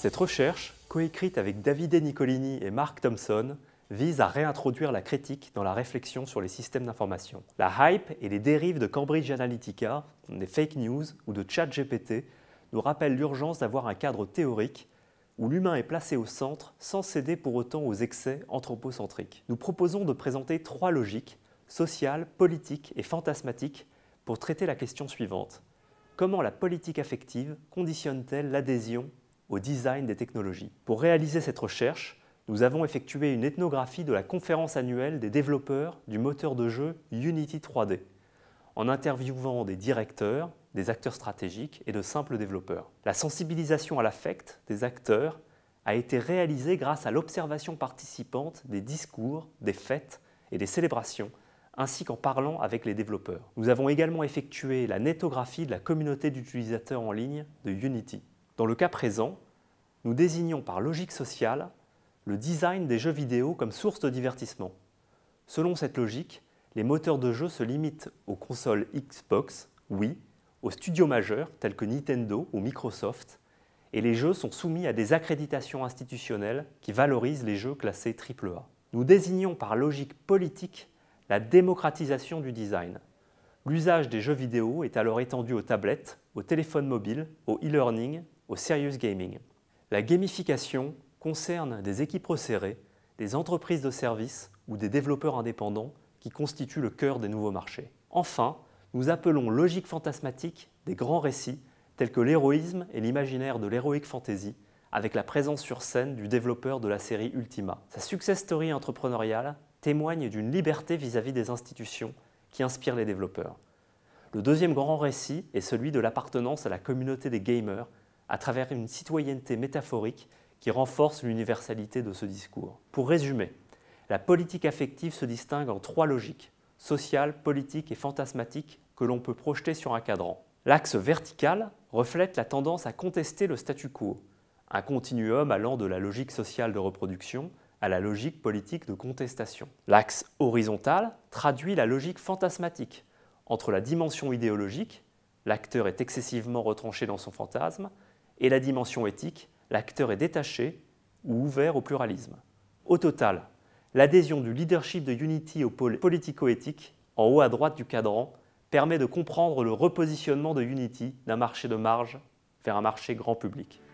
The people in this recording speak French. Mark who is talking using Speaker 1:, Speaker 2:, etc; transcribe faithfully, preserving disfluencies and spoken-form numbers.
Speaker 1: Cette recherche, coécrite avec Davide Niccolini et Mark Thompson, vise à réintroduire la critique dans la réflexion sur les systèmes d'information. La hype et les dérives de Cambridge Analytica, des fake news ou de ChatGPT nous rappellent l'urgence d'avoir un cadre théorique où l'humain est placé au centre sans céder pour autant aux excès anthropocentriques. Nous proposons de présenter trois logiques, sociales, politiques et fantasmatiques, pour traiter la question suivante. Comment la politique affective conditionne-t-elle l'adhésion au design des technologies? Pour réaliser cette recherche, nous avons effectué une ethnographie de la conférence annuelle des développeurs du moteur de jeu Unity trois D, en interviewant des directeurs, des acteurs stratégiques et de simples développeurs. La sensibilisation à l'affect des acteurs a été réalisée grâce à l'observation participante des discours, des fêtes et des célébrations, ainsi qu'en parlant avec les développeurs. Nous avons également effectué la nettographie de la communauté d'utilisateurs en ligne de Unity. Dans le cas présent, nous désignons par logique sociale le design des jeux vidéo comme source de divertissement. Selon cette logique, les moteurs de jeu se limitent aux consoles Xbox, Wii, aux studios majeurs tels que Nintendo ou Microsoft, et les jeux sont soumis à des accréditations institutionnelles qui valorisent les jeux classés triple A. Nous désignons par logique politique la démocratisation du design. L'usage des jeux vidéo est alors étendu aux tablettes, aux téléphones mobiles, au e-learning, au serious gaming. La gamification concerne des équipes resserrées, des entreprises de services ou des développeurs indépendants qui constituent le cœur des nouveaux marchés. Enfin, nous appelons logique fantasmatique des grands récits tels que l'héroïsme et l'imaginaire de l'heroic fantasy, avec la présence sur scène du développeur de la série Ultima. Sa success story entrepreneuriale témoigne d'une liberté vis-à-vis des institutions qui inspire les développeurs. Le deuxième grand récit est celui de l'appartenance à la communauté des gamers à travers une citoyenneté métaphorique qui renforce l'universalité de ce discours. Pour résumer, la politique affective se distingue en trois logiques, sociale, politique et fantasmatique, que l'on peut projeter sur un cadran. L'axe vertical reflète la tendance à contester le statu quo, un continuum allant de la logique sociale de reproduction à la logique politique de contestation. L'axe horizontal traduit la logique fantasmatique. Entre la dimension idéologique, l'acteur est excessivement retranché dans son fantasme, et la dimension éthique, l'acteur est détaché ou ouvert au pluralisme. Au total, l'adhésion du leadership de Unity au pôle politico-éthique, en haut à droite du cadran, permet de comprendre le repositionnement de Unity d'un marché de marge vers un marché grand public.